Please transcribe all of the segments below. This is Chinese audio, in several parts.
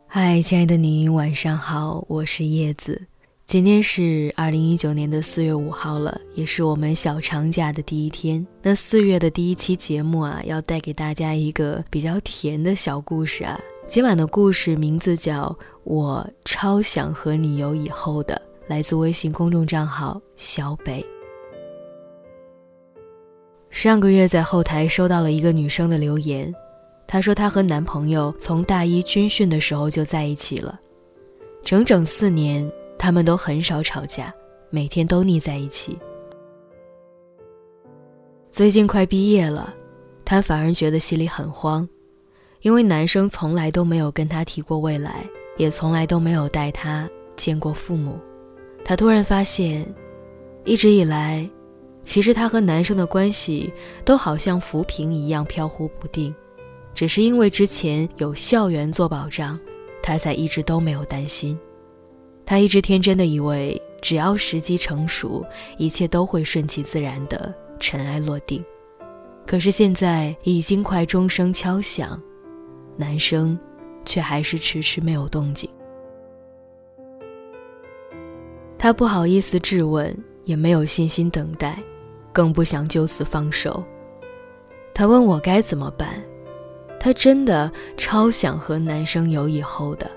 嗨，亲爱的你，晚上好，我是叶子。今天是2019年的4月5号了，也是我们小长假的第一天。那4月的第一期节目要带给大家一个比较甜的小故事今晚的故事名字叫我超想和你有以后的，来自微信公众账号小北。上个月在后台收到了一个女生的留言，她说她和男朋友从大一军训的时候就在一起了，整整4年他们都很少吵架，每天都腻在一起。最近快毕业了，她反而觉得心里很慌，因为男生从来都没有跟她提过未来，也从来都没有带她见过父母。她突然发现，一直以来其实她和男生的关系都好像浮萍一样飘忽不定，只是因为之前有校园做保障，她才一直都没有担心。她一直天真的以为只要时机成熟，一切都会顺其自然的尘埃落定。可是现在已经快钟声敲响，男生却还是迟迟没有动静。她不好意思质问，也没有信心等待，更不想就此放手。她问我该怎么办，她真的超想和男生有以后的。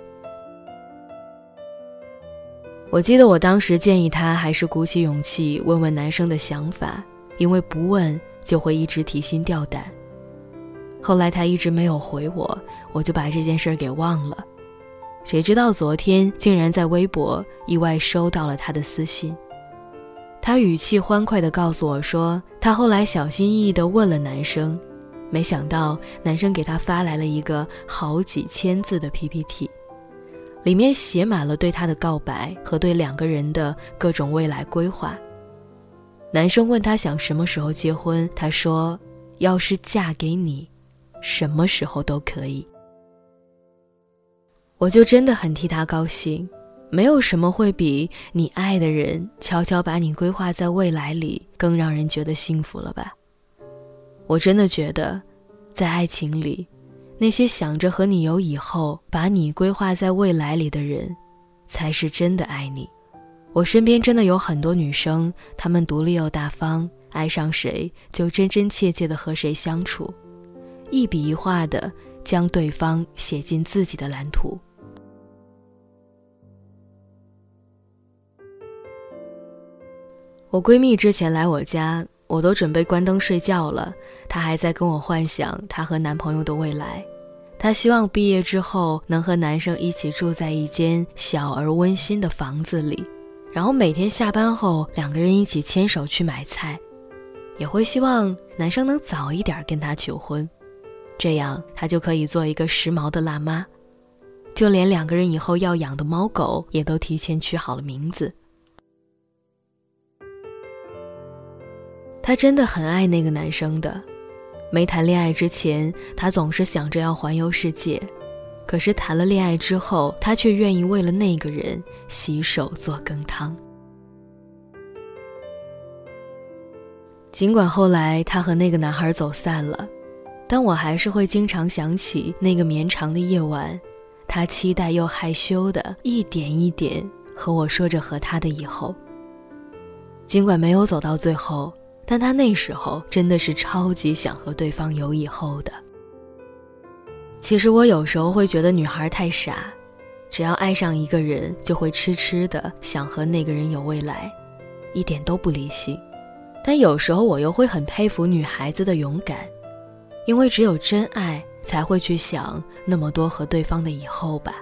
我记得我当时建议她还是鼓起勇气问问男生的想法，因为不问就会一直提心吊胆。后来她一直没有回我，我就把这件事给忘了。谁知道昨天竟然在微博意外收到了她的私信。她语气欢快地告诉我说，她后来小心翼翼地问了男生，没想到男生给她发来了一个好几千字的 PPT， 里面写满了对她的告白和对2个人的各种未来规划。男生问她想什么时候结婚，她说要是嫁给你，什么时候都可以。我就真的很替她高兴，没有什么会比你爱的人悄悄把你规划在未来里更让人觉得幸福了吧。我真的觉得在爱情里，那些想着和你有以后，把你规划在未来里的人才是真的爱你。我身边真的有很多女生，她们独立又大方，爱上谁就真真切切地和谁相处，一笔一画地将对方写进自己的蓝图。我闺蜜之前来我家，我都准备关灯睡觉了，她还在跟我幻想她和男朋友的未来。她希望毕业之后能和男生一起住在一间小而温馨的房子里，然后每天下班后2个人一起牵手去买菜，也会希望男生能早一点跟她求婚，这样她就可以做一个时髦的辣妈，就连2个人以后要养的猫狗也都提前取好了名字。她真的很爱那个男生的，没谈恋爱之前，她总是想着要环游世界，可是谈了恋爱之后，她却愿意为了那个人洗手做羹汤。尽管后来她和那个男孩走散了，但我还是会经常想起那个绵长的夜晚，她期待又害羞的一点一点和我说着和他的以后。尽管没有走到最后，但她那时候真的是超级想和对方有以后的。其实我有时候会觉得女孩太傻，只要爱上一个人就会痴痴的想和那个人有未来，一点都不理性。但有时候我又会很佩服女孩子的勇敢，因为只有真爱才会去想那么多和对方的以后吧。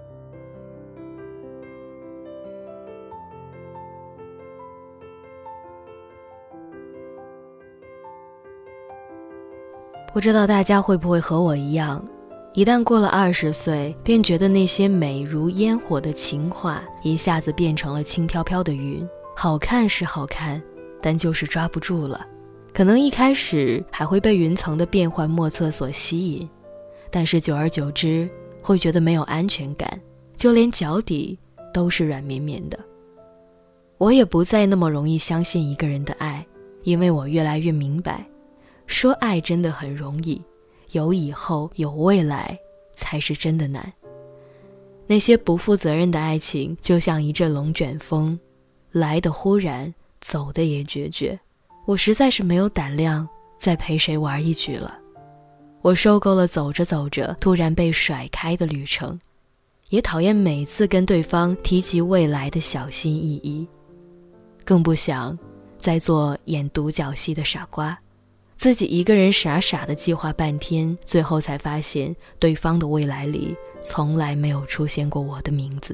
不知道大家会不会和我一样，一旦过了20岁，便觉得那些美如烟火的情话一下子变成了轻飘飘的云，好看是好看，但就是抓不住了。可能一开始还会被云层的变幻莫测所吸引，但是久而久之会觉得没有安全感，就连脚底都是软绵绵的。我也不再那么容易相信一个人的爱，因为我越来越明白，说爱真的很容易，有以后有未来才是真的难。 那些不负责任的爱情就像一阵龙卷风，来得忽然，走得也决绝。我实在是没有胆量再陪谁玩一局了。我受够了走着走着突然被甩开的旅程，也讨厌每次跟对方提及未来的小心翼翼，更不想再做演独角戏的傻瓜，自己一个人傻傻的计划半天，最后才发现对方的未来里从来没有出现过我的名字。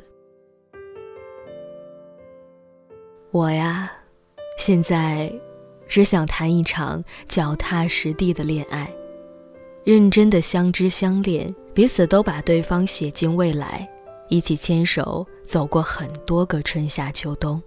我呀，现在只想谈一场脚踏实地的恋爱，认真的相知相恋，彼此都把对方写进未来，一起牵手走过很多个春夏秋冬。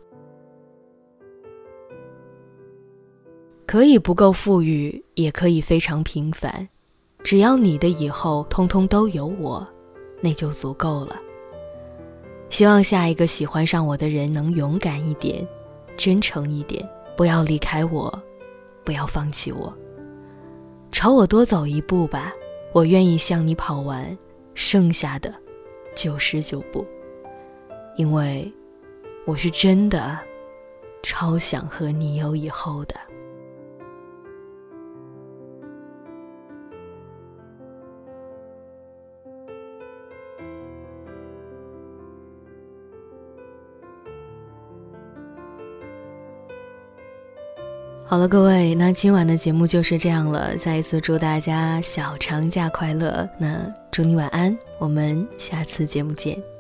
可以不够富裕，也可以非常平凡，只要你的以后通通都有我，那就足够了。希望下一个喜欢上我的人能勇敢一点，真诚一点，不要离开我，不要放弃我，朝我多走一步吧，我愿意向你跑完剩下的99步，因为我是真的超想和你有以后的。好了，各位，那今晚的节目就是这样了，再一次祝大家小长假快乐，那祝你晚安，我们下次节目见。